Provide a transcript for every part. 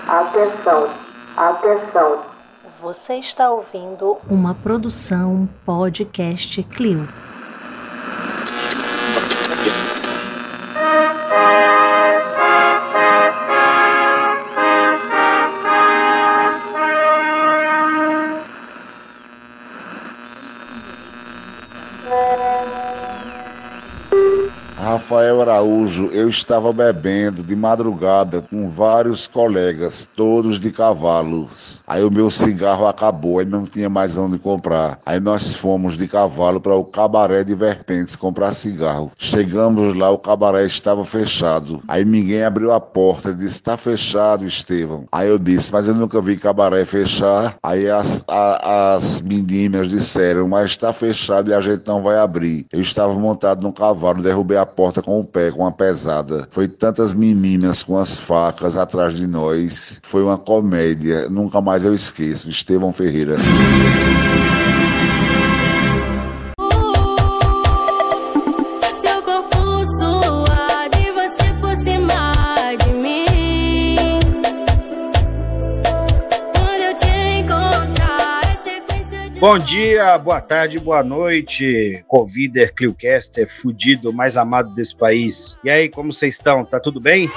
Atenção, atenção. Você está ouvindo uma produção podcast Clio. Rafael Araújo, eu estava bebendo de madrugada com vários colegas, todos de cavalos. Aí o meu cigarro acabou, aí não tinha mais onde comprar. Aí nós fomos de cavalo para o Cabaré de Vertentes comprar cigarro. Chegamos lá, o cabaré estava fechado. Aí ninguém abriu a porta, disse, tá fechado, Estevão. Aí eu disse, mas eu nunca vi cabaré fechar. Aí as meninas disseram, mas está fechado e a gente não vai abrir. Eu estava montado num cavalo, derrubei a porta com o pé, com uma pesada. Foi tantas meninas com as facas atrás de nós. Foi uma comédia. Nunca mais eu esqueço. Estevão Ferreira. Seu corpo suave, você por cima de mim. Quando eu te encontrar, é sequência de... Bom dia, boa tarde, boa noite, Covider, Cliocaster, fudido, mais amado desse país. E aí, como vocês estão? Tá tudo bem?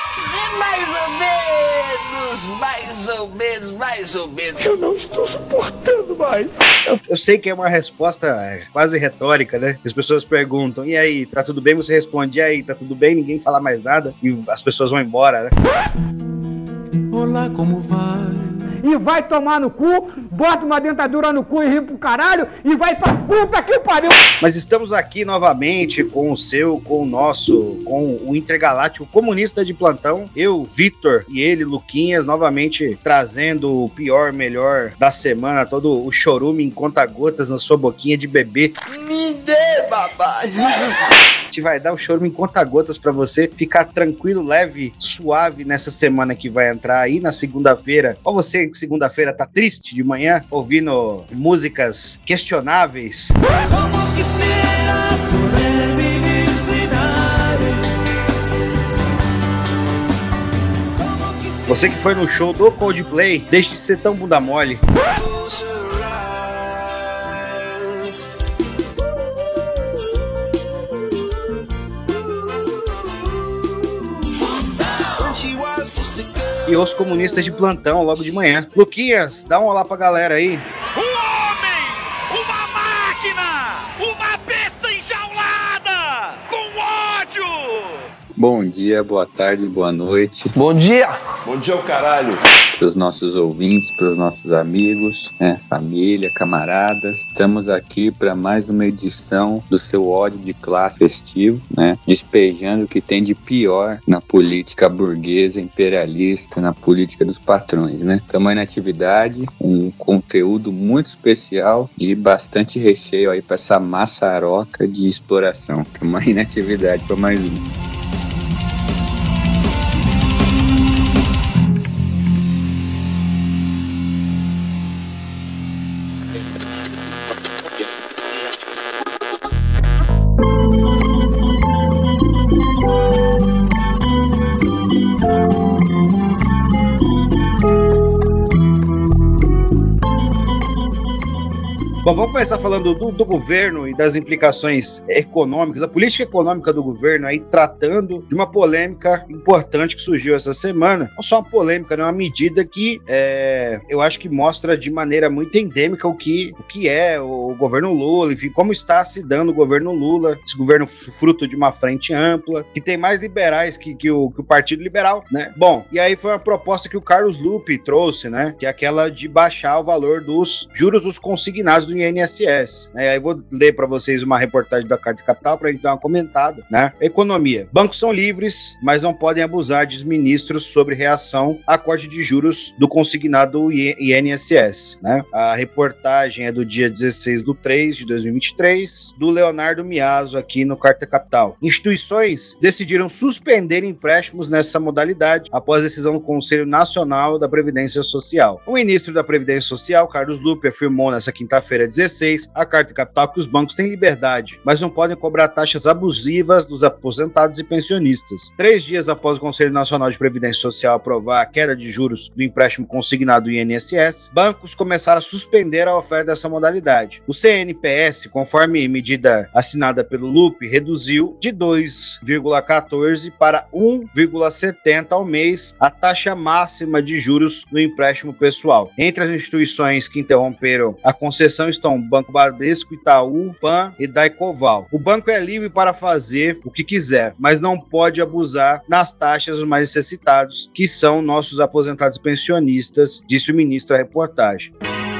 Mais ou menos. Eu não estou suportando mais. Eu sei que é uma resposta quase retórica, né? As pessoas perguntam, e aí, tá tudo bem? Você responde, e aí, tá tudo bem? Ninguém fala mais nada e as pessoas vão embora, né? Olá, como vai? E vai tomar no cu, bota uma dentadura no cu e ri pro caralho e vai pra puta que pariu. Mas estamos aqui novamente com o seu, com o nosso, com o intergaláctico comunista de plantão, eu, Vitor, e ele, Luquinhas, novamente trazendo o pior, melhor da semana, todo o chorume em conta-gotas na sua boquinha de bebê. Me dê, babá! A gente vai dar o chorume em conta-gotas pra você ficar tranquilo, leve, suave nessa semana que vai entrar aí na segunda-feira. Ou você que segunda-feira tá triste de manhã, ouvindo músicas questionáveis. Como que será poder me ensinar? Você que foi no show do Coldplay, deixe de ser tão bunda mole. E os comunistas de plantão logo de manhã. Luquinhas, dá um olá pra galera aí. Um homem! Uma máquina! Uma besta enjaulada! Com ódio! Bom dia, boa tarde, boa noite. Bom dia! Bom dia, o caralho! Para os nossos ouvintes, para os nossos amigos, família, camaradas. Estamos aqui para mais uma edição do seu ódio de classe festivo, despejando o que tem de pior na política burguesa, imperialista, na política dos patrões, Estamos aí na atividade, um conteúdo muito especial e bastante recheio aí para essa maçaroca de exploração. Estamos aí na atividade para mais um. Bom, vamos começar falando do governo e das implicações econômicas, a política econômica do governo aí tratando de uma polêmica importante que surgiu essa semana. Não só uma polêmica, né? Uma medida que eu acho que mostra de maneira muito endêmica o que é o governo Lula, enfim, como está se dando o governo Lula, esse governo fruto de uma frente ampla, que tem mais liberais que o Partido Liberal, né? Bom, e aí foi uma proposta que o Carlos Lupe trouxe, né? Que é aquela de baixar o valor dos juros dos consignados do INSS. Aí vou ler para vocês uma reportagem da Carta Capital para a gente dar uma comentada, né? Economia. Bancos são livres, mas não podem abusar de ministros sobre reação à corte de juros do consignado INSS, né? A reportagem é do dia 16/3/2023, do Leonardo Miaso aqui no Carta Capital. Instituições decidiram suspender empréstimos nessa modalidade após a decisão do Conselho Nacional da Previdência Social. O ministro da Previdência Social, Carlos Lupe, afirmou nessa quinta-feira, 16, a Carta Capital, que os bancos têm liberdade, mas não podem cobrar taxas abusivas dos aposentados e pensionistas. 3 dias após o Conselho Nacional de Previdência Social aprovar a queda de juros do empréstimo consignado do INSS, bancos começaram a suspender a oferta dessa modalidade. O CNPS, conforme medida assinada pelo Lupe, reduziu de 2,14 para 1,70 ao mês a taxa máxima de juros no empréstimo pessoal. Entre as instituições que interromperam a concessão estão o Banco Bradesco, Itaú, PAN e Daicoval. O banco é livre para fazer o que quiser, mas não pode abusar nas taxas dos mais necessitados, que são nossos aposentados e pensionistas, disse o ministro à reportagem.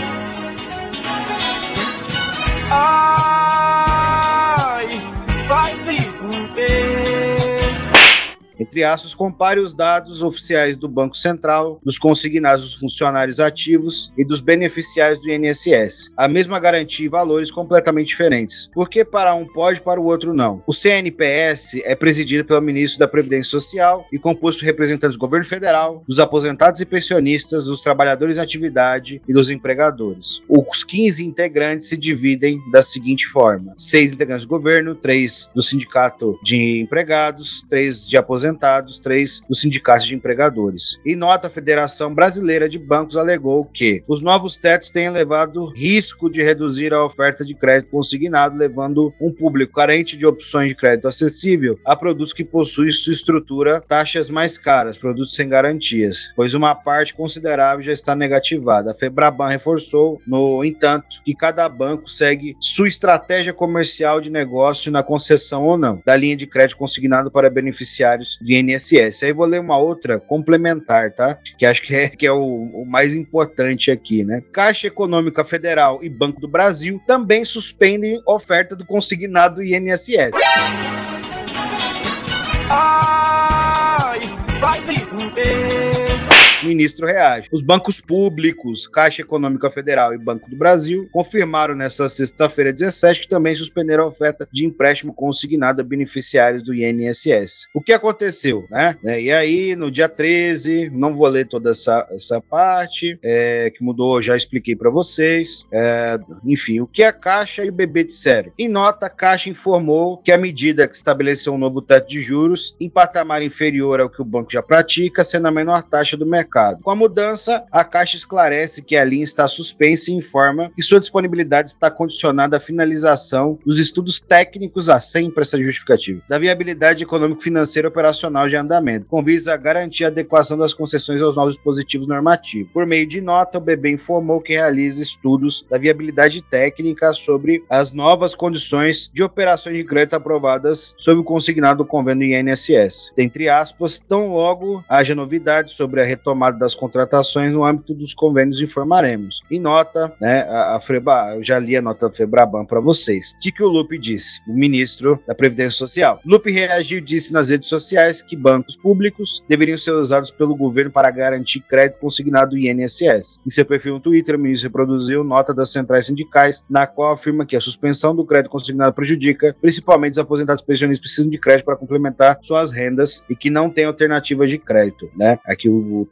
Ai, vai se fuder. Entre aspas, compare os dados oficiais do Banco Central, dos consignados dos funcionários ativos e dos beneficiários do INSS. A mesma garantia e valores completamente diferentes. Por que para um pode, para o outro não? O CNPS é presidido pelo ministro da Previdência Social e composto por representantes do governo federal, dos aposentados e pensionistas, dos trabalhadores em atividade e dos empregadores. Os 15 integrantes se dividem da seguinte forma: 6 integrantes do governo, 3 do sindicato de empregados, 3 de aposentados, 3 dos sindicatos de empregadores. Em nota, a Federação Brasileira de Bancos alegou que os novos tetos têm levado risco de reduzir a oferta de crédito consignado, levando um público carente de opções de crédito acessível a produtos que possuem sua estrutura taxas mais caras, produtos sem garantias, pois uma parte considerável já está negativada. A Febraban reforçou, no entanto, que cada banco segue sua estratégia comercial de negócio na concessão ou não da linha de crédito consignado para beneficiários do INSS. Aí vou ler uma outra complementar, tá? Que acho que é o mais importante aqui, né? Caixa Econômica Federal e Banco do Brasil também suspendem oferta do consignado do INSS. Ai, vai se fuder. O ministro reage. Os bancos públicos, Caixa Econômica Federal e Banco do Brasil, confirmaram nesta sexta-feira 17 que também suspenderam a oferta de empréstimo consignado a beneficiários do INSS. O que aconteceu, né? E aí, no dia 13, não vou ler toda essa parte, que mudou, já expliquei para vocês. Enfim, o que a Caixa e o BB disseram? Em nota, a Caixa informou que a medida que estabeleceu um novo teto de juros em patamar inferior ao que o banco já pratica, sendo a menor taxa do mercado. Com a mudança, a Caixa esclarece que a linha está suspensa e informa que sua disponibilidade está condicionada à finalização dos estudos técnicos, sempre essa justificativa, da viabilidade econômico-financeira operacional de andamento, com visa a garantir a adequação das concessões aos novos dispositivos normativos. Por meio de nota, o BB informou que realiza estudos da viabilidade técnica sobre as novas condições de operações de crédito aprovadas sob o consignado do convênio do INSS. Entre aspas, tão logo haja novidades sobre a retomada das contratações no âmbito dos convênios, informaremos. Em nota, né, eu já li a nota da Febraban para vocês. O que o Lupe disse? O ministro da Previdência Social. Lupe reagiu e disse nas redes sociais que bancos públicos deveriam ser usados pelo governo para garantir crédito consignado do INSS. Em seu perfil no Twitter, o ministro reproduziu nota das centrais sindicais, na qual afirma que a suspensão do crédito consignado prejudica principalmente os aposentados pensionistas que precisam de crédito para complementar suas rendas e que não têm alternativas de crédito, né? Aqui o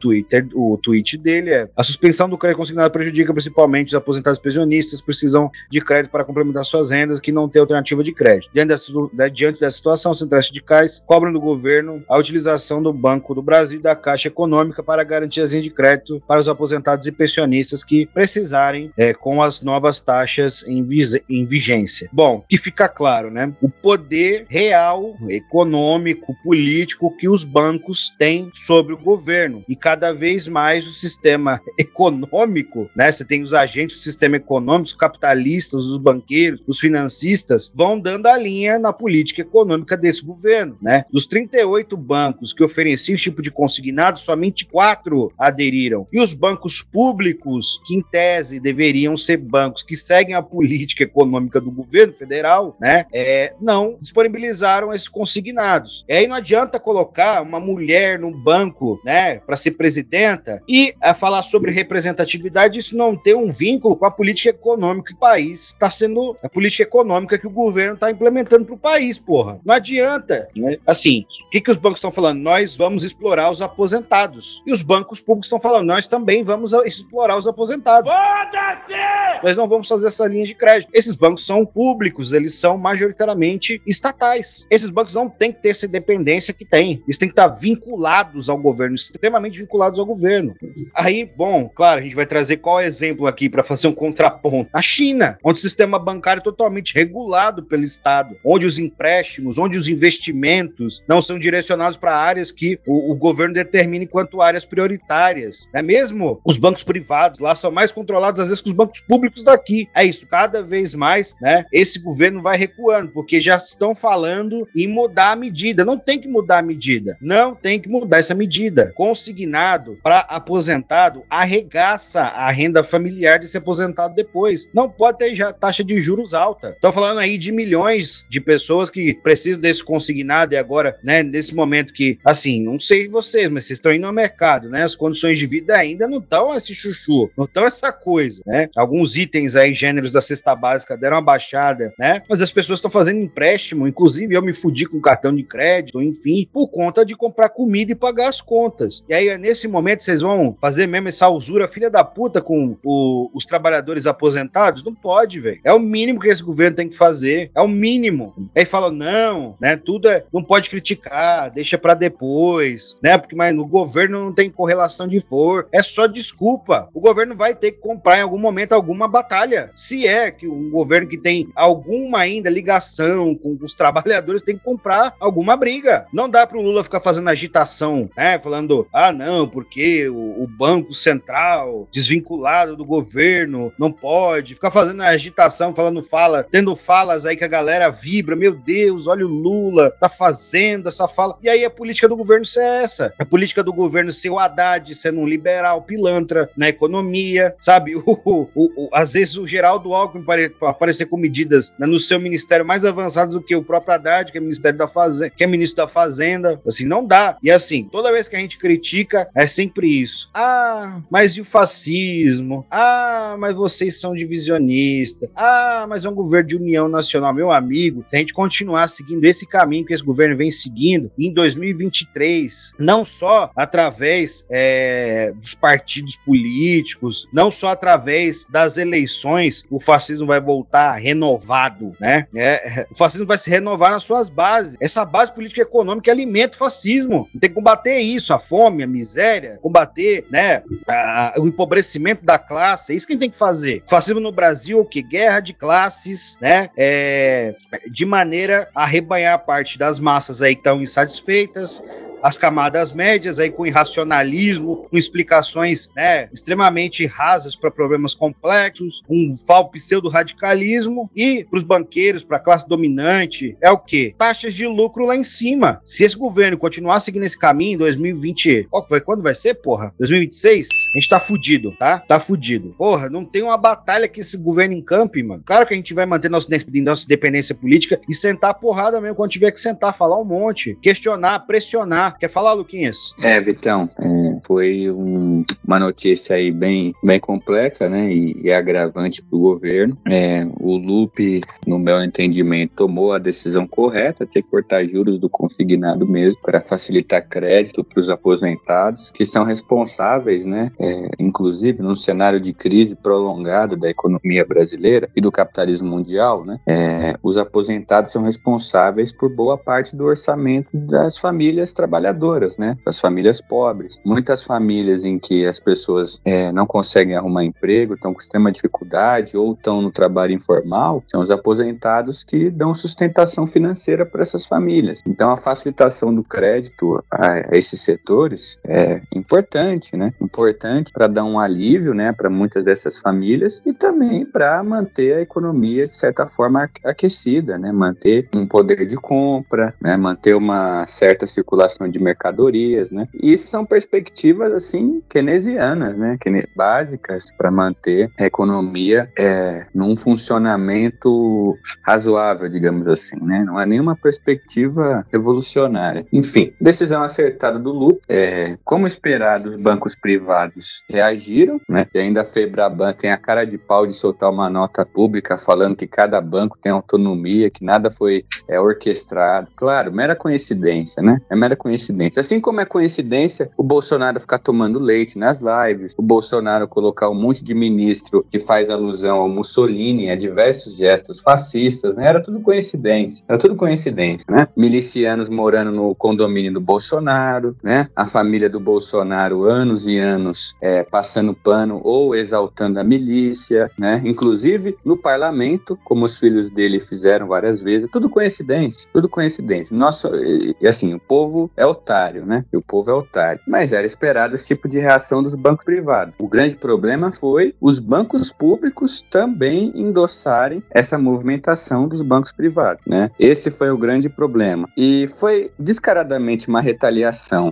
tweet dele é: a suspensão do crédito consignado prejudica principalmente os aposentados pensionistas que precisam de crédito para complementar suas rendas que não têm alternativa de crédito. Diante dessa situação, as centrais sindicais cobram do governo a utilização do Banco do Brasil e da Caixa Econômica para garantir as linhas de crédito para os aposentados e pensionistas que precisarem com as novas taxas em vigência. Bom, que fica claro, né? O poder real, econômico, político que os bancos têm sobre o governo. E cada vez mais o sistema econômico, né? Você tem os agentes do sistema econômico, os capitalistas, os banqueiros, os financistas, vão dando a linha na política econômica desse governo, né? Dos 38 bancos que ofereciam esse tipo de consignado, somente 4 aderiram. E os bancos públicos, que em tese deveriam ser bancos que seguem a política econômica do governo federal, né? Não disponibilizaram esses consignados. E aí não adianta colocar uma mulher no banco, né? Para ser presidente presidenta e a falar sobre representatividade, isso não tem um vínculo com a política econômica que o país está sendo, a política econômica que o governo está implementando para o país, porra. Não adianta, né? Assim, o que os bancos estão falando? Nós vamos explorar os aposentados. E os bancos públicos estão falando, nós também vamos explorar os aposentados. Nós não vamos fazer essa linha de crédito. Esses bancos são públicos, eles são majoritariamente estatais. Esses bancos não têm que ter essa dependência que tem. Eles têm que estar vinculados ao governo, extremamente vinculados ao governo. Aí, bom, claro, a gente vai trazer qual exemplo aqui para fazer um contraponto? A China, onde o sistema bancário é totalmente regulado pelo Estado, onde os empréstimos, onde os investimentos não são direcionados para áreas que o governo determina enquanto áreas prioritárias. É mesmo os bancos privados lá são mais controlados às vezes que os bancos públicos daqui. É isso, cada vez mais, né? Esse governo vai recuando, porque já estão falando em mudar a medida. Não tem que mudar a medida. Não tem que mudar essa medida. Consignado para aposentado arregaça a renda familiar desse aposentado depois. Não pode ter já taxa de juros alta. Estão falando aí de milhões de pessoas que precisam desse consignado e agora, né, nesse momento que, assim, não sei vocês, mas vocês estão indo ao mercado, né? As condições de vida ainda não estão esse chuchu, não estão essa coisa, né? Alguns itens aí, gêneros da cesta básica deram uma baixada, né? Mas as pessoas estão fazendo empréstimo, inclusive eu me fudi com cartão de crédito, enfim, por conta de comprar comida e pagar as contas. E aí, nesse momento, vocês vão fazer mesmo essa usura filha da puta com os trabalhadores aposentados? Não pode, velho. É o mínimo que esse governo tem que fazer. É o mínimo. Aí fala, não, né? Tudo não pode criticar, deixa pra depois, né? Porque mas no governo não tem correlação de força. É só desculpa. O governo vai ter que comprar em algum momento alguma batalha. Se é que um governo que tem alguma ainda ligação com os trabalhadores tem que comprar alguma briga. Não dá pro Lula ficar fazendo agitação, né? Falando, não, porque o Banco Central desvinculado do governo não pode ficar fazendo agitação, tendo falas aí que a galera vibra, meu Deus, olha o Lula, tá fazendo essa fala. E aí a política do governo ser essa. A política do governo ser o Haddad, sendo um liberal pilantra na economia, sabe? Às vezes o Geraldo Alckmin aparecer com medidas, né, no seu ministério mais avançadas do que o próprio Haddad, que é ministro da Fazenda. Assim, não dá. E assim, toda vez que a gente critica, é sempre isso. Mas e o fascismo? Mas vocês são divisionistas. Mas é um governo de união nacional. Meu amigo, se a gente continuar seguindo esse caminho que esse governo vem seguindo, em 2023, não só através dos partidos políticos, não só através das eleições, o fascismo vai voltar renovado, né? O fascismo vai se renovar nas suas bases. Essa base política e econômica alimenta o fascismo. Tem que combater isso, a fome, a miséria, combater, né, o empobrecimento da classe. É isso que a gente tem que fazer. O fascismo no Brasil, o que? Guerra de classes, né? De maneira a arrebanhar parte das massas aí que estão insatisfeitas, as camadas médias aí com irracionalismo, com explicações, né, extremamente rasas para problemas complexos, um pseudo-radicalismo, e para os banqueiros, para a classe dominante, é o quê? Taxas de lucro lá em cima. Se esse governo continuar seguindo esse caminho em 2020, quando vai ser, porra? 2026? A gente tá fudido, tá? Tá fudido. Porra, não tem uma batalha que esse governo encampe, mano. Claro que a gente vai manter nossa independência política e sentar a porrada mesmo quando tiver que sentar, falar um monte, questionar, pressionar. Quer falar, Luquinhas? Vitão, foi uma notícia aí bem complexa, né, e agravante para o governo. O Lupe, no meu entendimento, tomou a decisão correta, ter que cortar juros do consignado mesmo, para facilitar crédito para os aposentados, que são responsáveis, né, inclusive num cenário de crise prolongada da economia brasileira e do capitalismo mundial, né, os aposentados são responsáveis por boa parte do orçamento das famílias trabalhadoras, né, das famílias pobres. Muitas famílias em que as pessoas não conseguem arrumar emprego, estão com extrema dificuldade ou estão no trabalho informal, são os aposentados que dão sustentação financeira para essas famílias. Então a facilitação do crédito a esses setores é importante, né? Importante para dar um alívio, né, para muitas dessas famílias e também para manter a economia de certa forma aquecida, né? Manter um poder de compra, né? Manter uma certa circulação de mercadorias, né? E isso são perspectivas perspectivas assim keynesianas, né, básicas para manter a economia num funcionamento razoável, digamos assim, né? Não há nenhuma perspectiva revolucionária. Enfim, decisão acertada do Lupe. Como esperado, os bancos privados reagiram, né? E ainda a Febraban tem a cara de pau de soltar uma nota pública falando que cada banco tem autonomia, que nada foi orquestrado. Claro, mera coincidência, né? É mera coincidência. Assim como é coincidência o Bolsonaro ficar tomando leite nas lives, o Bolsonaro colocar um monte de ministro que faz alusão ao Mussolini, a diversos gestos fascistas, né? Era tudo coincidência, né? Milicianos morando no condomínio do Bolsonaro, né? A família do Bolsonaro anos e anos passando pano ou exaltando a milícia, né? Inclusive no parlamento, como os filhos dele fizeram várias vezes. Tudo coincidência. Nossa, e assim, o povo é otário, né? Mas era esperado esse tipo de reação dos bancos privados. O grande problema foi os bancos públicos também endossarem essa movimentação dos bancos privados, né? Esse foi o grande problema. E foi descaradamente uma retaliação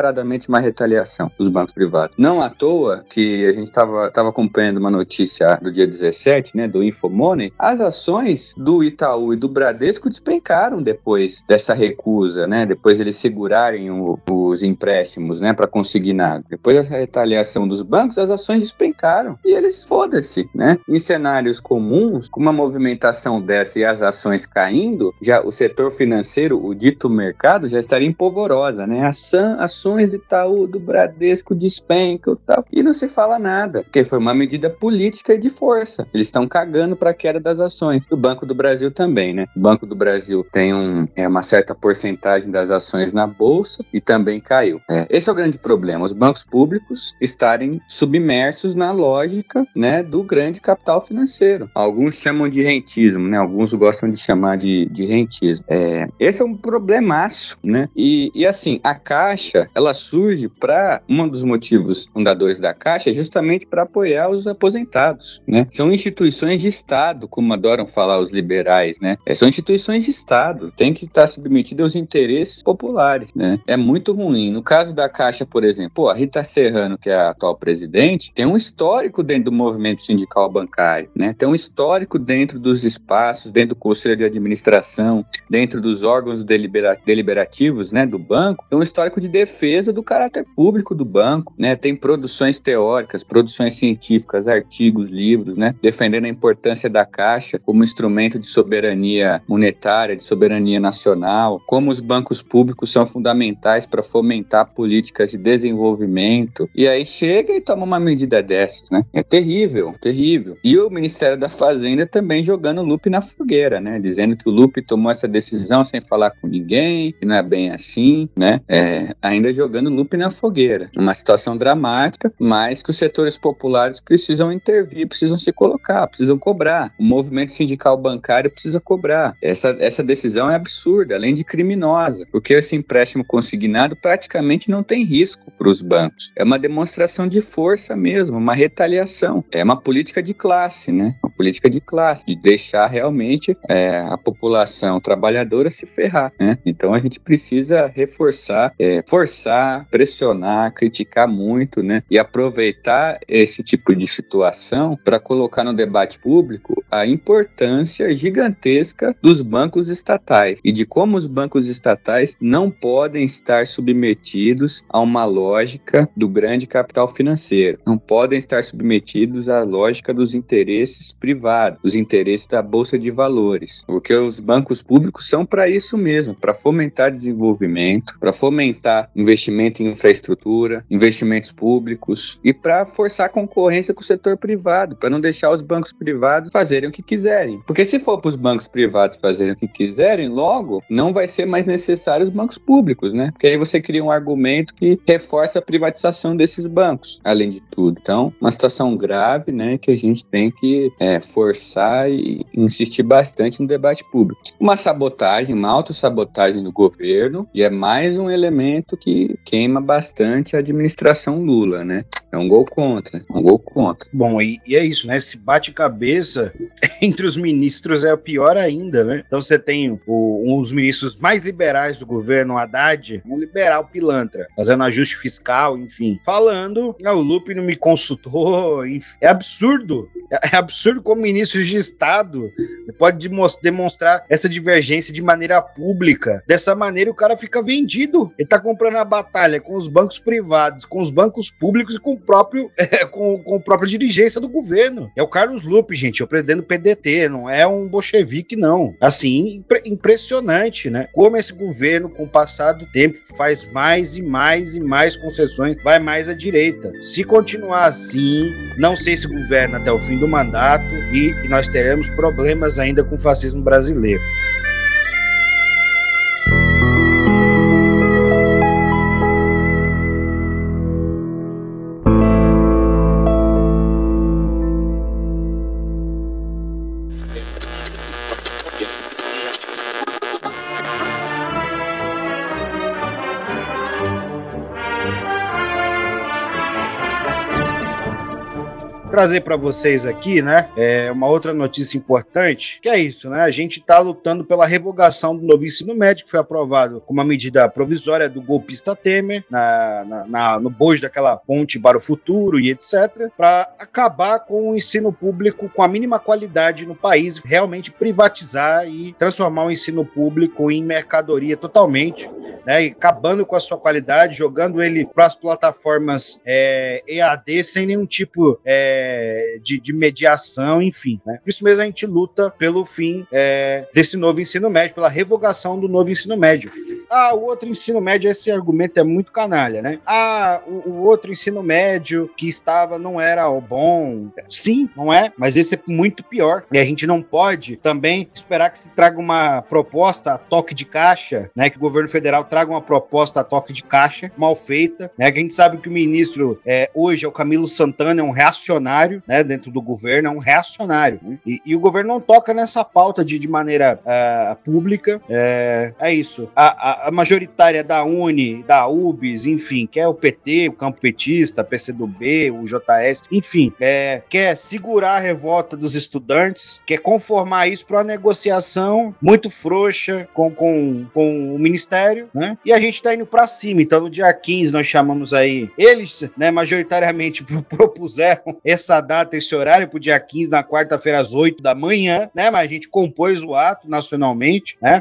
dos bancos privados. Não à toa que a gente estava acompanhando uma notícia do dia 17, né, do Infomoney, as ações do Itaú e do Bradesco despencaram depois dessa recusa, né? Depois eles segurarem os empréstimos, né, para conseguir nada. Depois dessa retaliação dos bancos, as ações despencaram. E eles, foda-se, né? Em cenários comuns, com uma movimentação dessa e as ações caindo, já o setor financeiro, o dito mercado, já estaria em polvorosa, né? Ações do Itaú, do Bradesco despencam e tal. E não se fala nada, porque foi uma medida política e de força. Eles estão cagando para a queda das ações. Do Banco do Brasil também, né? O Banco do Brasil tem uma certa porcentagem das ações na bolsa e também caiu. Esse é o grande problema, os bancos públicos estarem submersos na lógica, né, do grande capital financeiro. Alguns chamam de rentismo, né? Alguns gostam de chamar de rentismo. Esse é um problemaço, né? E assim, a Caixa, ela surge para um dos motivos fundadores da Caixa é justamente para apoiar os aposentados, né? São instituições de Estado, como adoram falar os liberais, né? São instituições de Estado, tem que estar submetido aos interesses populares, né? É muito ruim. No caso da Caixa, por exemplo, a Rita Serrano, que é a atual presidente, tem um histórico dentro do movimento sindical bancário, né? Tem um histórico dentro dos espaços, dentro do conselho de administração, dentro dos órgãos deliberativos, né, do banco, tem um histórico de defesa do caráter público do banco, né? Tem produções teóricas, produções científicas, artigos, livros, né, defendendo a importância da Caixa como instrumento de soberania monetária, de soberania nacional, como os bancos públicos são fundamentais para fomentar políticas de desenvolvimento. E aí chega e toma uma medida dessas, né? É terrível. E o Ministério da Fazenda também jogando o Lupe na fogueira, né? Dizendo que o Lupe tomou essa decisão sem falar com ninguém, que não é bem assim, né? Ainda jogando o Lupe na fogueira. Uma situação dramática, mas que os setores populares precisam intervir, precisam se colocar, precisam cobrar. O movimento sindical bancário precisa cobrar. Essa decisão é absurda, além de criminosa, porque esse empréstimo consignado praticamente não tem risco para os bancos. É uma demonstração de força mesmo, uma retaliação. É uma política de classe, né? Uma política de classe, de deixar realmente a população trabalhadora se ferrar, né? Então a gente precisa reforçar, forçar, pressionar, criticar muito, né? E aproveitar esse tipo de situação para colocar no debate público a importância gigantesca dos bancos estatais e de como os bancos estatais não podem estar submetidos a uma lógica do grande capital financeiro, não podem estar submetidos à lógica dos interesses privados, dos interesses da Bolsa de Valores, porque os bancos públicos são para isso mesmo, para fomentar desenvolvimento, para fomentar investimento em infraestrutura, investimentos públicos e para forçar a concorrência com o setor privado, para não deixar os bancos privados fazerem o que quiserem. Porque se for para os bancos privados fazerem o que quiserem, logo não vai ser mais necessário os bancos públicos, né? Porque aí você cria um argumento que reforça a privatização desses bancos, além de tudo. Então, uma situação grave, né, que a gente tem que forçar e insistir bastante no debate público. Uma sabotagem, uma autossabotagem do governo, e é mais um elemento que queima bastante a administração Lula, né? É um gol contra. Bom, e é isso, né? Esse bate-cabeça entre os ministros é pior ainda, né? Então você tem os ministros mais liberais do governo, o Haddad, um liberal pilantra, fazendo ajuste ajuste fiscal, enfim. Falando, o Lupe não me consultou, enfim. É absurdo. É absurdo como ministros de Estado pode demonstrar essa divergência de maneira pública. Dessa maneira, o cara fica vendido. Ele tá comprando a batalha com os bancos privados, com os bancos públicos e com o próprio, com a própria dirigência do governo. É o Carlos Lupe, gente, é o presidente do PDT, não é um bolchevique, não. Assim, impressionante, né? Como esse governo, com o passar do tempo, faz mais e mais e mais concessões, vai mais à direita. Se continuar assim, não sei se governa até o fim do mandato e nós teremos problemas ainda com o fascismo brasileiro. Trazer para vocês aqui, né, uma outra notícia importante, que é isso, né, a gente está lutando pela revogação do novo ensino médio, que foi aprovado com uma medida provisória do golpista Temer, no bojo daquela ponte para o futuro e etc, para acabar com o ensino público com a mínima qualidade no país, realmente privatizar e transformar o ensino público em mercadoria totalmente, né, e acabando com a sua qualidade, jogando ele para as plataformas EAD sem nenhum tipo de mediação, enfim, né? Por isso mesmo a gente luta pelo fim desse novo ensino médio, pela revogação do novo ensino médio. O outro ensino médio, esse argumento é muito canalha, né? O outro ensino médio que estava não era o bom. Sim, não é, mas esse é muito pior. E a gente não pode também esperar que se traga uma proposta a toque de caixa, né? Que o governo federal traga uma proposta a toque de caixa mal feita, né? Que a gente sabe que o ministro hoje é o Camilo Santana, é um reacionário, né, dentro do governo, é um reacionário, né? E o governo não toca nessa pauta de maneira pública. É isso. A majoritária da Uni, da UBS, enfim, quer o PT, o campo petista, PCdoB, o JS, enfim, quer segurar a revolta dos estudantes, quer conformar isso para uma negociação muito frouxa com o Ministério, né? E a gente está indo para cima. Então, no dia 15, nós chamamos aí, eles, né, majoritariamente propuseram essa data, esse horário para o dia 15, na quarta-feira, às 8 da manhã, né? Mas a gente compôs o ato nacionalmente, né?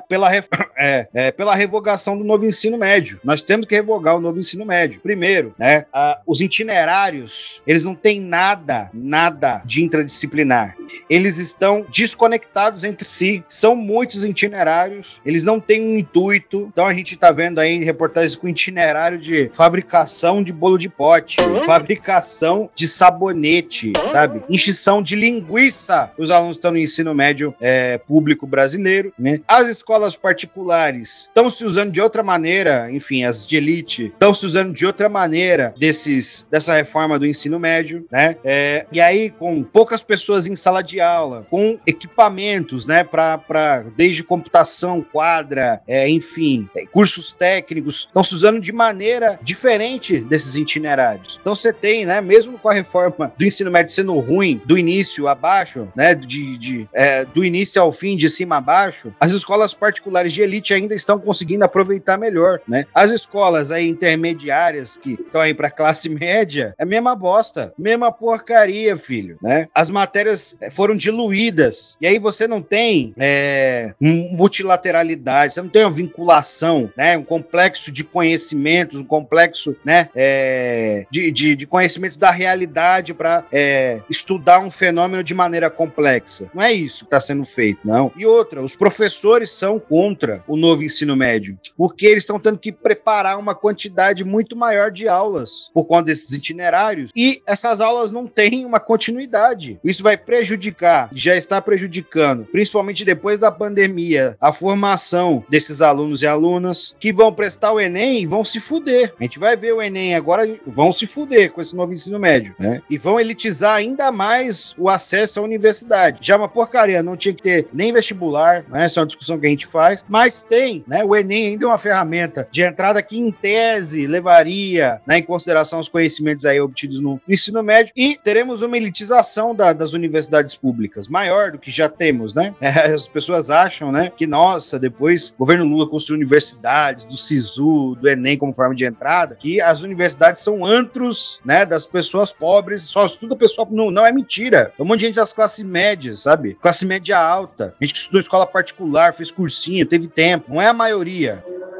Pela revogação do novo ensino médio. Nós temos que revogar o novo ensino médio. Primeiro, né? Os itinerários, eles não têm nada de interdisciplinar. Eles estão desconectados entre si. São muitos itinerários, eles não têm um intuito. Então a gente está vendo aí reportagens com itinerário de fabricação de bolo de pote, fabricação de sabonete, sabe? Enchição de linguiça. Os alunos estão no ensino médio público brasileiro, né? As escolas particulares estão se usando de outra maneira, enfim, as de elite estão se usando de outra maneira dessa reforma do ensino médio, né? E aí, com poucas pessoas em sala de aula, com equipamentos, né, desde computação, quadra, enfim, cursos técnicos, estão se usando de maneira diferente desses itinerários. Então você tem, né, mesmo com a reforma do ensino médio sendo ruim, do início a baixo, né, do início ao fim, de cima a baixo, as escolas particulares de elite ainda estão conseguindo aproveitar melhor, né? As escolas aí intermediárias que estão aí para classe média, é a mesma bosta, mesma porcaria, filho, né? As matérias foram diluídas, e aí você não tem multilateralidade, você não tem uma vinculação, né? Um complexo de conhecimentos, um complexo, né, de conhecimentos da realidade para estudar um fenômeno de maneira complexa. Não é isso que está sendo feito, não. E outra, os professores são contra o novo ensino médio, porque eles estão tendo que preparar uma quantidade muito maior de aulas por conta desses itinerários, e essas aulas não têm uma continuidade. Isso vai prejudicar, já está prejudicando, principalmente depois da pandemia, a formação desses alunos e alunas que vão prestar o Enem e vão se fuder. A gente vai ver o Enem agora, vão se fuder com esse novo ensino médio, né? E vão elitizar ainda mais o acesso à universidade. Já é uma porcaria, não tinha que ter nem vestibular, né? Essa é uma discussão que a gente faz, mas tem, né? O Enem ainda é uma ferramenta de entrada que, em tese, levaria, né, em consideração os conhecimentos aí obtidos no ensino médio, e teremos uma elitização das universidades públicas, maior do que já temos, né? As pessoas acham, né, que, nossa, depois o governo Lula construiu universidades, do SISU, do Enem como forma de entrada, que as universidades são antros, né, das pessoas pobres, só estuda pessoal, não é mentira. É um monte de gente das classes médias, sabe? Classe média alta, gente que estudou em escola particular, fez cursinho, teve tempo, não é a maioria.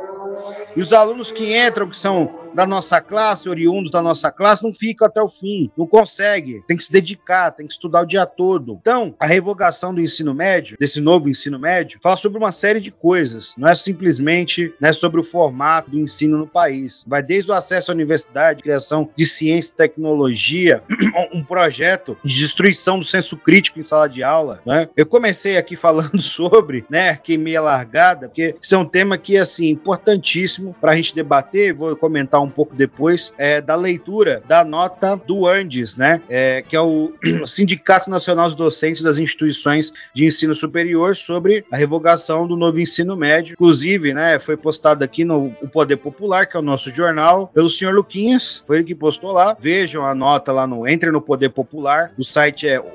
E os alunos que entram, que são da nossa classe, oriundos da nossa classe, não ficam até o fim, não consegue, tem que se dedicar, tem que estudar o dia todo. Então, a revogação do ensino médio, desse novo ensino médio, fala sobre uma série de coisas, não é simplesmente, né, sobre o formato do ensino no país. Vai desde o acesso à universidade, criação de ciência e tecnologia, um projeto de destruição do senso crítico em sala de aula, né? Eu comecei aqui falando sobre, né, queimei a largada, porque isso é um tema que, assim, importantíssimo para a gente debater, vou comentar um pouco depois, da leitura da nota do ANDES, né, que é o Sindicato Nacional dos Docentes das Instituições de Ensino Superior, sobre a revogação do novo ensino médio. Inclusive, né, foi postado aqui no O Poder Popular, que é o nosso jornal, pelo senhor Luquinhas, foi ele que postou lá. Vejam a nota lá entre no Poder Popular, o site é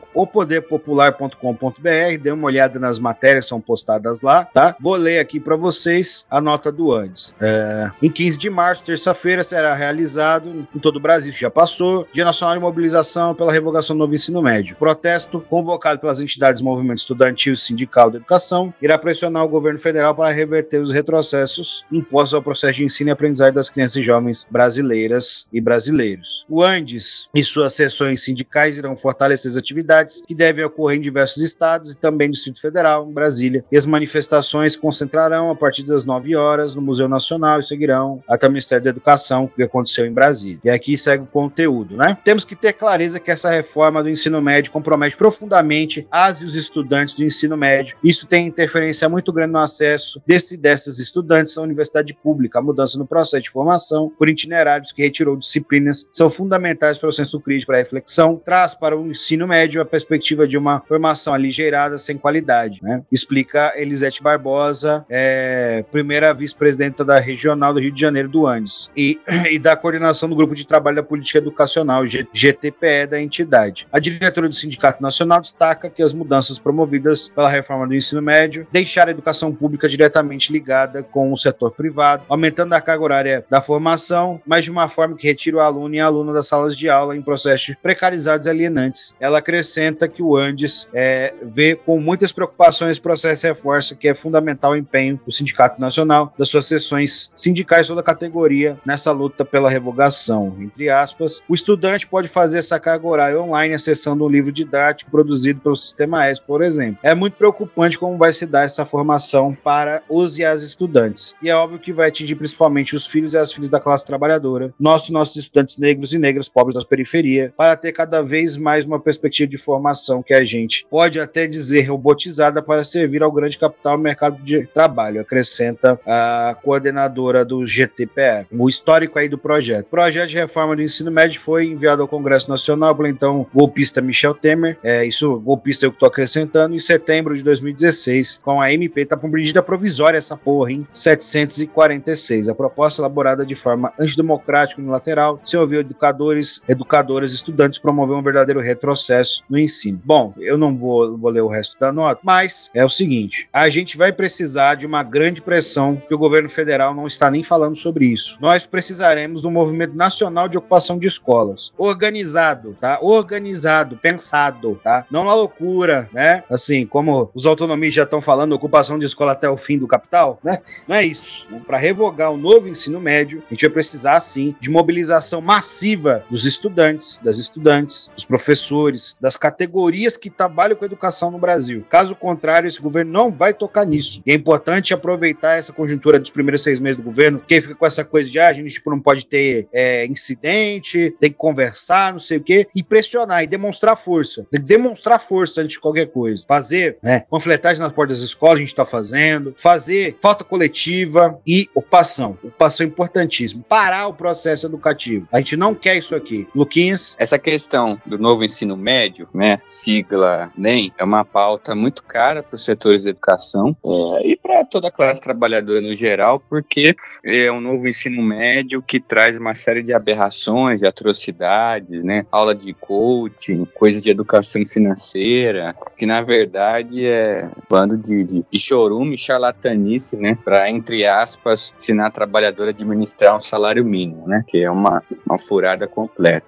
opoderpopular.com.br, dê uma olhada nas matérias, são postadas lá, tá? Vou ler aqui para vocês a nota do ANDES. Em 15 de março, terça-feira, será realizado em todo o Brasil, já passou, Dia Nacional de Mobilização pela Revogação do Novo Ensino Médio. Protesto convocado pelas entidades do Movimento Estudantil e Sindical da Educação irá pressionar o governo federal para reverter os retrocessos impostos ao processo de ensino e aprendizagem das crianças e jovens brasileiras e brasileiros. O ANDES e suas seções sindicais irão fortalecer as atividades que devem ocorrer em diversos estados e também no Distrito Federal, em Brasília, e as manifestações concentrarão a partir das 9 horas no Museu Nacional e seguirão até o Ministério da Educação, que aconteceu em Brasília. E aqui segue o conteúdo, né? Temos que ter clareza que essa reforma do ensino médio compromete profundamente as e os estudantes do ensino médio. Isso tem interferência muito grande no acesso desses estudantes à universidade pública. A mudança no processo de formação por itinerários que retirou disciplinas são fundamentais para o senso crítico, para a reflexão, traz para o ensino médio a perspectiva de uma formação aligeirada sem qualidade, né? Explica Elisete Barbosa, primeira vice-presidenta da Regional do Rio de Janeiro do ANDES. E da coordenação do Grupo de Trabalho da Política Educacional, GTPE, da entidade. A diretora do Sindicato Nacional destaca que as mudanças promovidas pela reforma do ensino médio deixaram a educação pública diretamente ligada com o setor privado, aumentando a carga horária da formação, mas de uma forma que retira o aluno e a aluna das salas de aula em processos precarizados e alienantes. Ela acrescenta que o ANDES vê com muitas preocupações esse processo e reforça que é fundamental o empenho do Sindicato Nacional, das suas seções sindicais, toda a categoria, nessa luta pela revogação. Entre aspas, o estudante pode fazer essa carga horária online acessando um livro didático produzido pelo Sistema S, por exemplo. É muito preocupante como vai se dar essa formação para os e as estudantes. E é óbvio que vai atingir principalmente os filhos e as filhas da classe trabalhadora, nossos estudantes negros e negras pobres das periferias, para ter cada vez mais uma perspectiva de formação que a gente pode até dizer robotizada para servir ao grande capital no mercado de trabalho, acrescenta a coordenadora do GTPE. O histórico aí do projeto. O projeto de reforma do ensino médio foi enviado ao Congresso Nacional pelo então golpista Michel Temer, isso, golpista eu que estou acrescentando, em setembro de 2016, com a MP, tá com medida provisória essa porra, hein? 746. A proposta elaborada de forma antidemocrática e unilateral, sem ouvir educadoras, estudantes, promoveu um verdadeiro retrocesso no ensino. Bom, eu não vou ler o resto da nota, mas é o seguinte, a gente vai precisar de uma grande pressão, que o governo federal não está nem falando sobre isso. Nós precisaremos de um movimento nacional de ocupação de escolas, organizado, tá? Organizado, pensado, tá? Não na loucura, né? Assim, como os autonomistas já estão falando, ocupação de escola até o fim do capital, né? Não é isso. Para revogar o novo ensino médio, a gente vai precisar, sim, de mobilização massiva dos estudantes, das estudantes, dos professores, das categorias que trabalham com educação no Brasil. Caso contrário, esse governo não vai tocar nisso. E é importante aproveitar essa conjuntura dos primeiros 6 meses do governo, que fica com essa coisa de, a gente tipo, não pode ter incidente, tem que conversar, não sei o quê, e pressionar, e demonstrar força. Tem que demonstrar força antes de qualquer coisa. Fazer panfletagem nas portas das escolas, a gente está fazendo, fazer falta coletiva e ocupação. Ocupação importantíssima. Parar o processo educativo. A gente não quer isso aqui. Luquinhas? Essa questão do novo ensino médio, né, sigla NEM, é uma pauta muito cara para os setores de educação e para toda a classe trabalhadora no geral, porque é um novo ensino médio médio que traz uma série de aberrações, de atrocidades, né? Aula de coaching, coisa de educação financeira, que na verdade é um bando de chorume, charlatanice, né? Para, entre aspas, ensinar a trabalhadora a administrar um salário mínimo, né? Que é uma furada completa.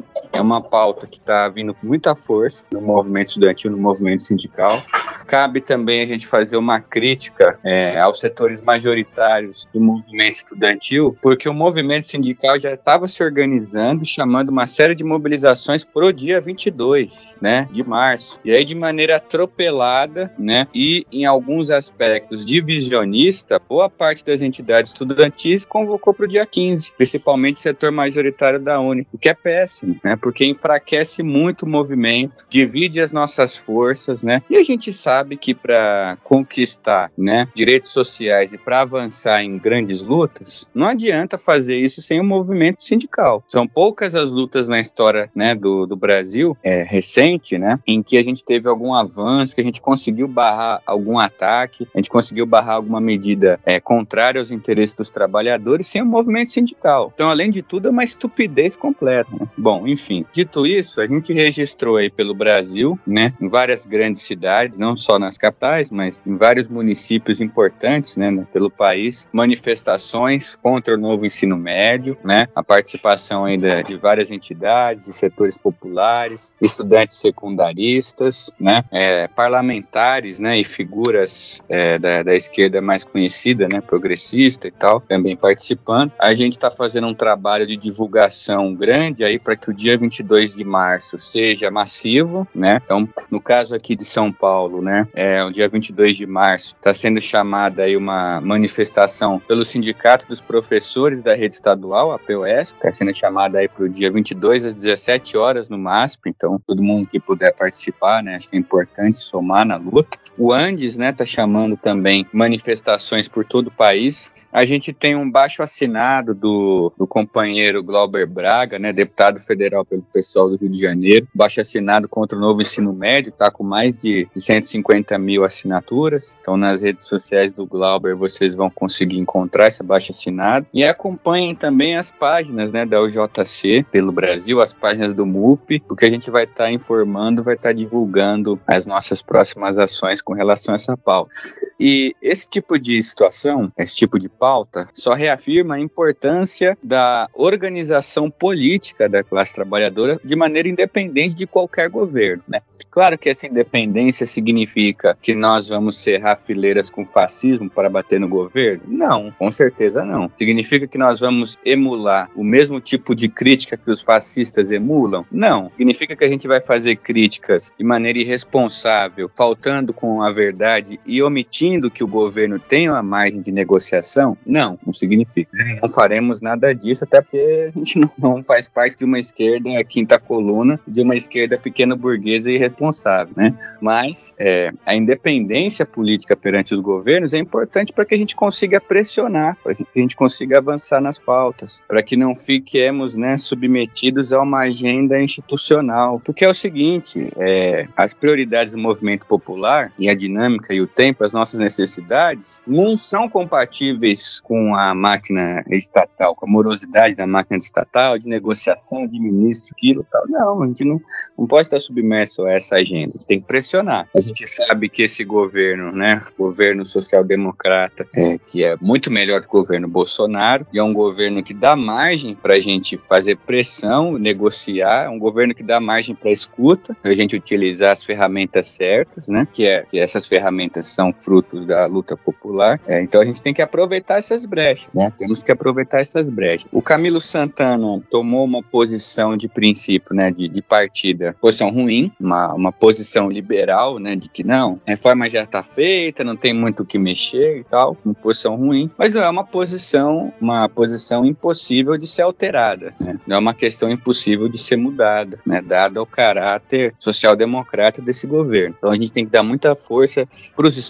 É uma pauta que está vindo com muita força no movimento estudantil, no movimento sindical. Cabe também a gente fazer uma crítica aos setores majoritários do movimento estudantil, porque o movimento sindical já estava se organizando, chamando uma série de mobilizações pro dia 22, né, de março. E aí, de maneira atropelada, né, e em alguns aspectos divisionista, boa parte das entidades estudantis convocou para o dia 15, principalmente o setor majoritário da Uni, o que é péssimo, né, porque enfraquece muito o movimento, divide as nossas forças, né, e a gente sabe que para conquistar, né, direitos sociais e para avançar em grandes lutas, não adianta fazer isso sem o movimento sindical. São poucas as lutas na história, né, do Brasil recente, né, em que a gente teve algum avanço, que a gente conseguiu barrar algum ataque, a gente conseguiu barrar alguma medida contrária aos interesses dos trabalhadores sem o movimento sindical. Então, além de tudo, é uma estupidez completa, né? Bom, enfim, dito isso, a gente registrou aí pelo Brasil, né, em várias grandes cidades, não só nas capitais, mas em vários municípios importantes, né, pelo país, manifestações contra o novo ensino médio, né, a participação aí de várias entidades, de setores populares, estudantes secundaristas, né, parlamentares, né, e figuras da esquerda mais conhecida, né, progressista e tal, também participando. A gente está fazendo um trabalho de divulgação grande aí para que o dia 22 de março seja massivo, né, então, no caso aqui de São Paulo, né, o dia 22 de março está sendo chamada aí uma manifestação pelo Sindicato dos Professores da Rede Estadual, a POS, está sendo chamada aí para o dia 22 às 17 horas no MASP, então todo mundo que puder participar, né, acho que é importante somar na luta. O Andes, né, tá chamando também manifestações por todo o país. A gente tem um baixo assinado do companheiro Glauber Braga, né, deputado federal pelo pessoal do Rio de Janeiro, baixo assinado contra o novo ensino médio, tá com mais de 150 mil assinaturas. Então, nas redes sociais do Glauber, vocês vão conseguir encontrar essa baixa assinada. E acompanhem também as páginas, né, da UJC pelo Brasil, as páginas do MUP, porque a gente vai estar informando, vai estar divulgando as nossas próximas ações com relação a essa pauta. E esse tipo de situação, esse tipo de pauta, só reafirma a importância da organização política da classe trabalhadora de maneira independente de qualquer governo, né? Claro que essa independência significa que nós vamos serrar fileiras com fascismo para bater no governo? Não, com certeza não. Significa que nós vamos emular o mesmo tipo de crítica que os fascistas emulam? Não. Significa que a gente vai fazer críticas de maneira irresponsável, faltando com a verdade e omitindo que o governo tenha uma margem de negociação? Não, não significa. Não faremos nada disso, até porque a gente não faz parte de uma esquerda quinta coluna, de uma esquerda pequeno burguesa e irresponsável, né? Mas a independência política perante os governos é importante para que a gente consiga pressionar, para que a gente consiga avançar nas pautas, para que não fiquemos, né, submetidos a uma agenda institucional. Porque é o seguinte, as prioridades do movimento popular e a dinâmica e o tempo, as nossas necessidades, não são compatíveis com a máquina estatal, com a morosidade da máquina estatal, de negociação, de ministro, aquilo e tal. Não, a gente não pode estar submerso a essa agenda, a gente tem que pressionar. A gente sabe que esse governo, né, governo social-democrata, que é muito melhor que o governo Bolsonaro, e é um governo que dá margem para a gente fazer pressão, negociar, é um governo que dá margem para escuta, para a gente utilizar as ferramentas certas, né, que essas ferramentas são frutos da luta popular. Então a gente tem que aproveitar essas brechas, né, temos que aproveitar essas brechas. O Camilo Santana tomou uma posição de princípio, né, de partida, posição ruim, uma posição liberal, né, de que não, a reforma já está feita, não tem muito o que mexer e tal, uma posição ruim, mas não é uma posição impossível de ser alterada, né, não é uma questão impossível de ser mudada, né, dado o caráter social-democrata desse governo. Então a gente tem que dar muita força para os estudantes,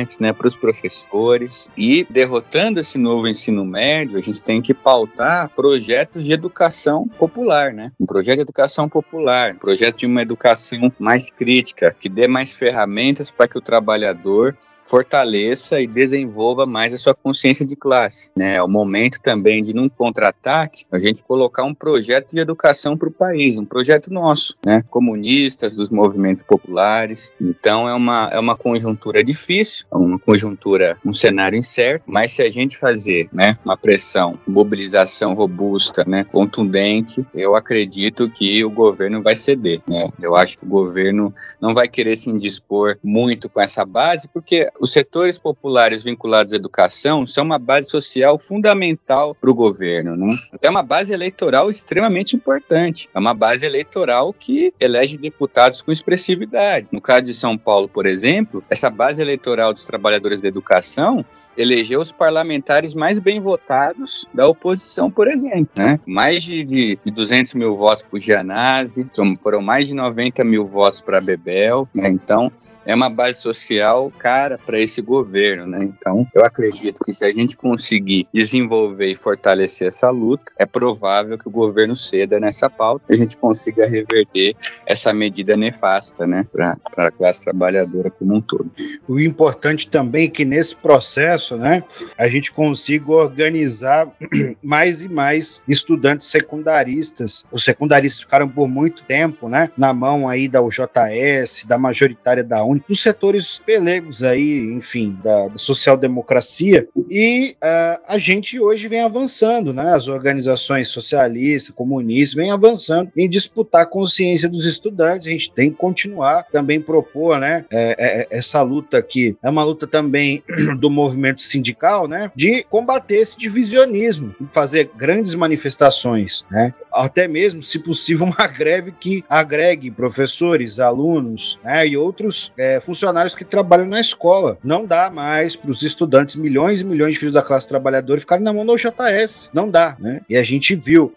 estudantes, né, para os professores. E derrotando esse novo ensino médio, a gente tem que pautar projetos de educação popular, né? Um projeto de educação popular, um projeto de uma educação mais crítica, que dê mais ferramentas para que o trabalhador fortaleça e desenvolva mais a sua consciência de classe, né? É o momento também de, num contra-ataque, a gente colocar um projeto de educação para o país, um projeto nosso, né? Comunistas, dos movimentos populares. Então é uma conjuntura difícil, uma conjuntura, um cenário incerto, mas se a gente fazer, né, uma pressão, mobilização robusta, né, contundente, eu acredito que o governo vai ceder, né? Eu acho que o governo não vai querer se indispor muito com essa base, porque os setores populares vinculados à educação são uma base social fundamental para o governo, né? Até uma base eleitoral extremamente importante. É uma base eleitoral que elege deputados com expressividade. No caso de São Paulo, por exemplo, essa base eleitoral dos trabalhadores da educação elegeu os parlamentares mais bem votados da oposição, por exemplo, né? Mais de 200 mil votos para o Gianazzi, foram mais de 90 mil votos para a Bebel, né? Então, é uma base social cara para esse governo, né? Então, eu acredito que se a gente conseguir desenvolver e fortalecer essa luta, é provável que o governo ceda nessa pauta e a gente consiga reverter essa medida nefasta, né, para a classe trabalhadora como um todo. O importante também é que nesse processo, né, a gente consiga organizar mais e mais estudantes secundaristas. Os secundaristas ficaram por muito tempo, né, na mão aí da UJS, da majoritária da UNE, dos setores pelegos aí, enfim, da social-democracia, e a gente hoje vem avançando, né, as organizações socialistas, comunistas, vem avançando em disputar a consciência dos estudantes. A gente tem que continuar, também propor, né, essa luta aqui, é uma luta também do movimento sindical, né, de combater esse divisionismo, fazer grandes manifestações, né, até mesmo, se possível, uma greve que agregue professores, alunos, né, e outros funcionários que trabalham na escola. Não dá mais para os estudantes, milhões e milhões de filhos da classe trabalhadora ficarem na mão da UJS. Não dá, né? E a gente viu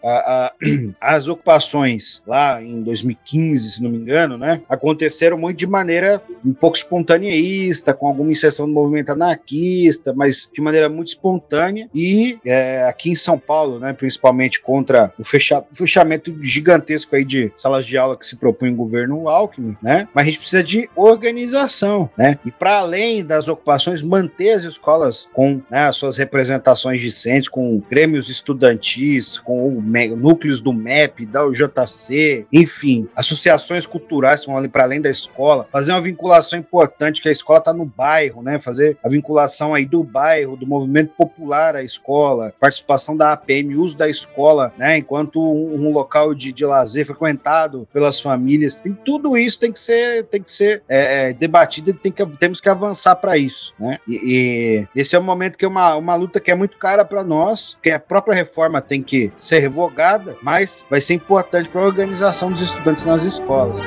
as ocupações lá em 2015, se não me engano, né, aconteceram muito de maneira um pouco espontaneísta, com alguma inserção do movimento anarquista, mas de maneira muito espontânea. E aqui em São Paulo, né, principalmente contra o fechamento gigantesco aí de salas de aula que se propõe o governo Alckmin, né? Mas a gente precisa de organização, né? E para além das ocupações, manter as escolas com, né, as suas representações discentes, com grêmios estudantis, com núcleos do MEP, da UJC, enfim, associações culturais que vão ali para além da escola, fazer uma vinculação importante, que a escola está no bairro, né? Fazer a vinculação aí do bairro, do movimento popular à escola, participação da APM, uso da escola, né, enquanto um local de lazer frequentado pelas famílias. E tudo isso tem que ser debatido e temos que avançar para isso, né? E esse é um momento que é uma luta que é muito cara para nós, que a própria reforma tem que ser revogada, mas vai ser importante para a organização dos estudantes nas escolas.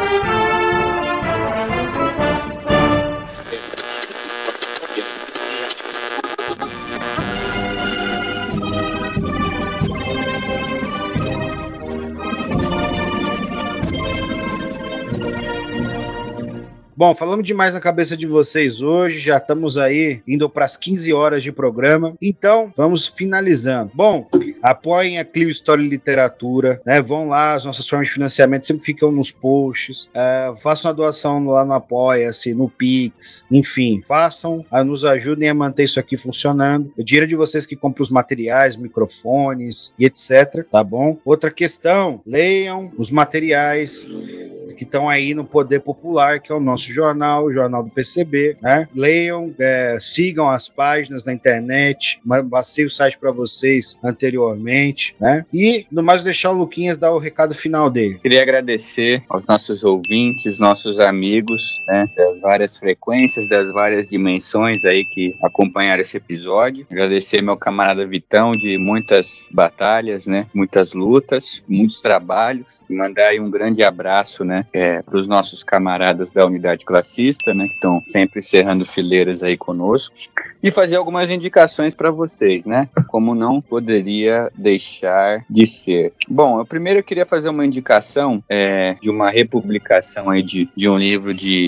Bom, falamos demais na cabeça de vocês hoje, já estamos aí indo para as 15 horas de programa, então vamos finalizando. Bom, apoiem a Clio História e Literatura, né? Vão lá, as nossas formas de financiamento sempre ficam nos posts, façam a doação lá no Apoia-se, no Pix, enfim, façam, nos ajudem a manter isso aqui funcionando. O dinheiro de vocês que compram os materiais, microfones e etc, tá bom? Outra questão, leiam os materiais que estão aí no Poder Popular, que é o nosso jornal, o Jornal do PCB, né? Leiam, sigam as páginas na internet, passei o site para vocês anteriormente, né? E, no mais, deixar o Luquinhas dar o recado final dele. Queria agradecer aos nossos ouvintes, nossos amigos, né, das várias frequências, das várias dimensões aí que acompanharam esse episódio. Agradecer meu camarada Vitão, de muitas batalhas, né, muitas lutas, muitos trabalhos. E mandar aí um grande abraço, né, para os nossos camaradas da unidade classista, né, que estão sempre cerrando fileiras aí conosco, e fazer algumas indicações para vocês, né, como não poderia deixar de ser. Bom, eu primeiro queria fazer uma indicação de uma republicação aí de um livro de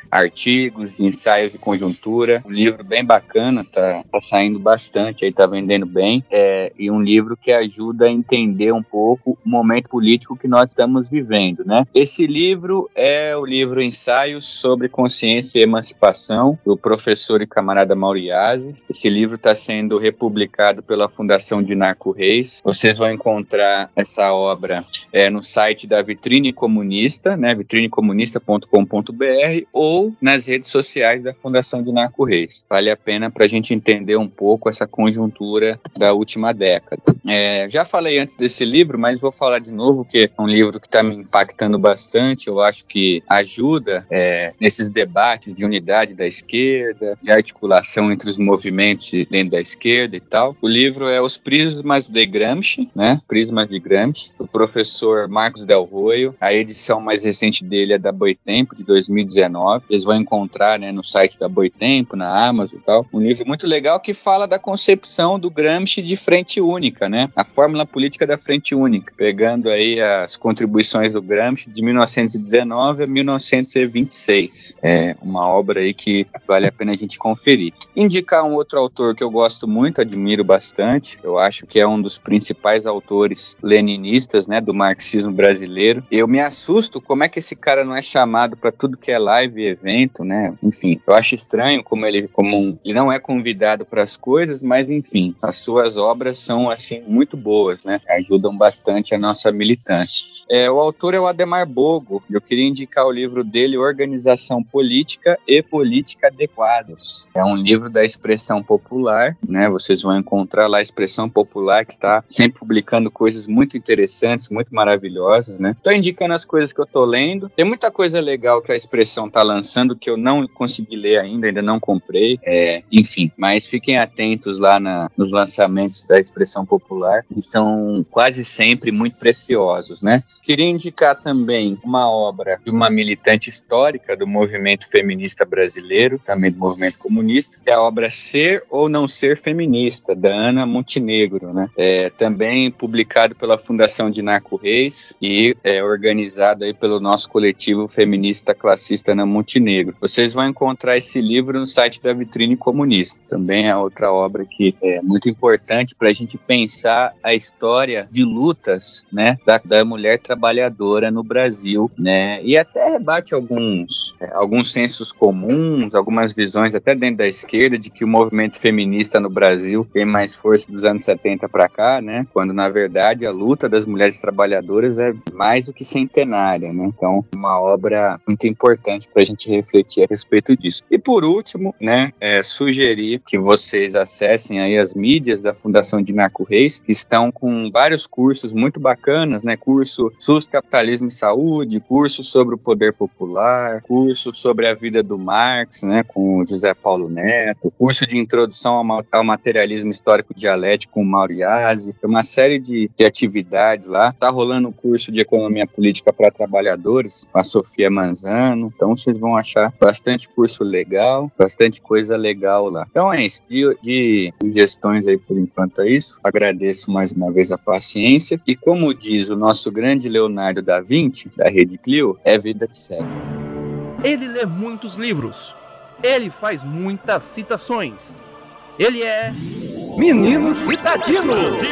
artigos, ensaios de conjuntura. Um livro bem bacana, tá saindo bastante, aí tá vendendo bem, e um livro que ajuda a entender um pouco o momento político que nós estamos vivendo, né? Esse livro é o livro Ensaios sobre Consciência e Emancipação, do professor e camarada Mauriase. Esse livro está sendo republicado pela Fundação Dinarco Reis. Vocês vão encontrar essa obra no site da Vitrine Comunista, né? vitrinecomunista.com.br, ou nas redes sociais da Fundação Dinarco Reis. Vale a pena para a gente entender um pouco essa conjuntura da última década. Já falei antes desse livro, mas vou falar de novo, que é um livro que está me impactando bastante. Eu acho que ajuda nesses debates de unidade da esquerda, de articulação entre os movimentos dentro da esquerda e tal. O livro é Os Prismas de Gramsci, né? Prismas de Gramsci, do professor Marcos Del Roio. A edição mais recente dele é da Boitempo, de 2019. Eles vão encontrar, né, no site da Boitempo, na Amazon e tal. Um livro muito legal que fala da concepção do Gramsci de frente única, né? A fórmula política da frente única, pegando aí as contribuições do Gramsci de 1919 a 1926. É uma obra aí que vale a pena a gente conferir. Indicar um outro autor que eu gosto muito, admiro bastante, eu acho que é um dos principais autores leninistas, né, do marxismo brasileiro. Eu me assusto como é que esse cara não é chamado para tudo que é live e evento, né? Enfim, eu acho estranho como ele não é convidado para as coisas, mas enfim, as suas obras são assim muito boas, né? Ajudam bastante a nossa militância. O autor é o Adhemar Bogo. Eu queria indicar o livro dele, Organização Política e Política Adequados. É um livro da expressão popular, né? Vocês vão encontrar lá a expressão popular, que está sempre publicando coisas muito interessantes, muito maravilhosas, né? Estou indicando as coisas que eu estou lendo. Tem muita coisa legal que a expressão está lançando que eu não consegui ler ainda não comprei. Enfim, mas fiquem atentos lá nos lançamentos da expressão popular, que são quase sempre muito preciosos, né? Queria indicar também uma obra de uma militante histórica do movimento feminista brasileiro, também do movimento comunista, que é a obra Ser ou Não Ser Feminista, da Ana Montenegro, né? Também publicado pela Fundação Dinarco Reis e organizado aí pelo nosso coletivo feminista classista Ana Montenegro. Vocês vão encontrar esse livro no site da Vitrine Comunista. Também é outra obra que é muito importante para a gente pensar a história de lutas, né, da mulher trabalhadora no Brasil, né, e até rebate alguns sensos comuns, algumas visões até dentro da esquerda de que o movimento feminista no Brasil tem mais força dos anos 70 para cá, né, quando na verdade a luta das mulheres trabalhadoras é mais do que centenária, né. Então, uma obra muito importante para a gente refletir a respeito disso. E por último, né, sugerir que vocês acessem aí as mídias da Fundação Dinarco Reis, que estão com vários cursos muito bacanas, né, curso SUS, Capitalismo e Saúde, curso sobre o Poder Popular, curso sobre a vida do Marx, né, com o José Paulo Neto, curso de Introdução ao Materialismo Histórico Dialético com o Mauriase, uma série de atividades lá. Tá rolando um curso de Economia Política para Trabalhadores com a Sofia Manzano, então vocês vão achar bastante curso legal, bastante coisa legal lá. Então é isso, de sugestões aí por enquanto é isso. Agradeço mais uma vez a paciência e, como diz o nosso grande Leonardo da Vinci, da Rede Clio, é vida que segue. Ele lê muitos livros, ele faz muitas citações, ele é Menino Citadino.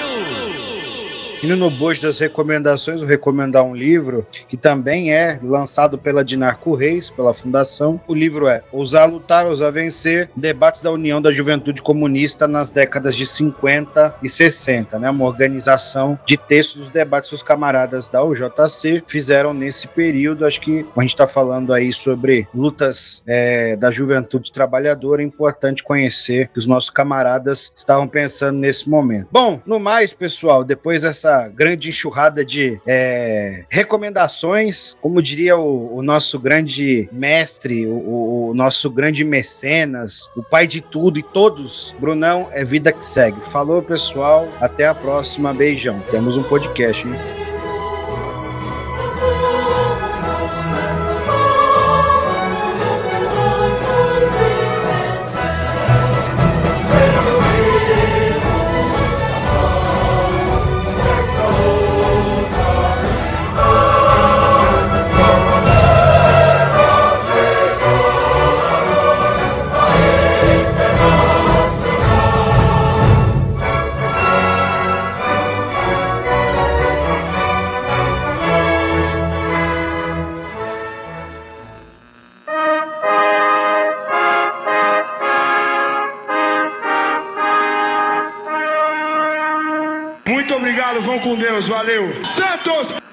Indo no bojo das recomendações, vou recomendar um livro que também é lançado pela Dinarco Reis, pela Fundação. O livro é Ousar Lutar, Ousar Vencer, Debates da União da Juventude Comunista nas décadas de 50 e 60, né? Uma organização de textos dos debates que os camaradas da UJC fizeram nesse período. Acho que a gente está falando aí sobre lutas da juventude trabalhadora, é importante conhecer que os nossos camaradas estavam pensando nesse momento. Bom, no mais, pessoal, depois dessa grande enxurrada de recomendações, como diria o nosso grande mestre, o nosso grande mecenas, o pai de tudo e todos, Brunão, é vida que segue. Falou, pessoal, até a próxima, beijão. Temos um podcast, hein? com Deus, valeu. Santos!